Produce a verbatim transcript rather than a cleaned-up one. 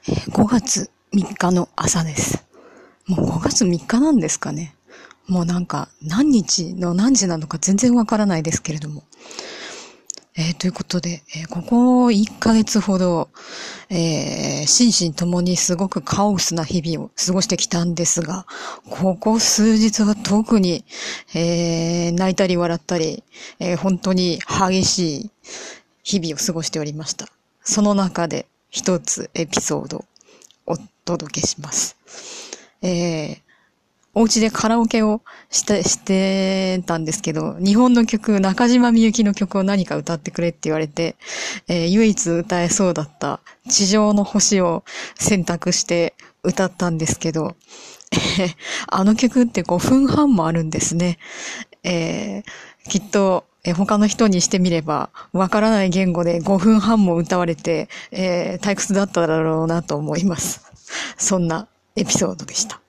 ごがつみっかの朝です。もうごがつみっかなんですかね。もうなんか何日の何時なのか全然わからないですけれども。えー、ということで、えー、ここいっかげつほど、えー、心身ともにすごくカオスな日々を過ごしてきたんですが、ここ数日は特に、えー、泣いたり笑ったり、えー、本当に激しい日々を過ごしておりました。その中で一つエピソードをお届けします。えー、お家でカラオケをして、してたんですけど、日本の曲、中島みゆきの曲を何か歌ってくれって言われて、えー、唯一歌えそうだった地上の星を選択して歌ったんですけど、あの曲ってごふんはんもあるんですね。えー、きっと、えー、他の人にしてみれば、わからない言語でごふんはんも歌われて、えー、退屈だっただろうなと思います。そんなエピソードでした。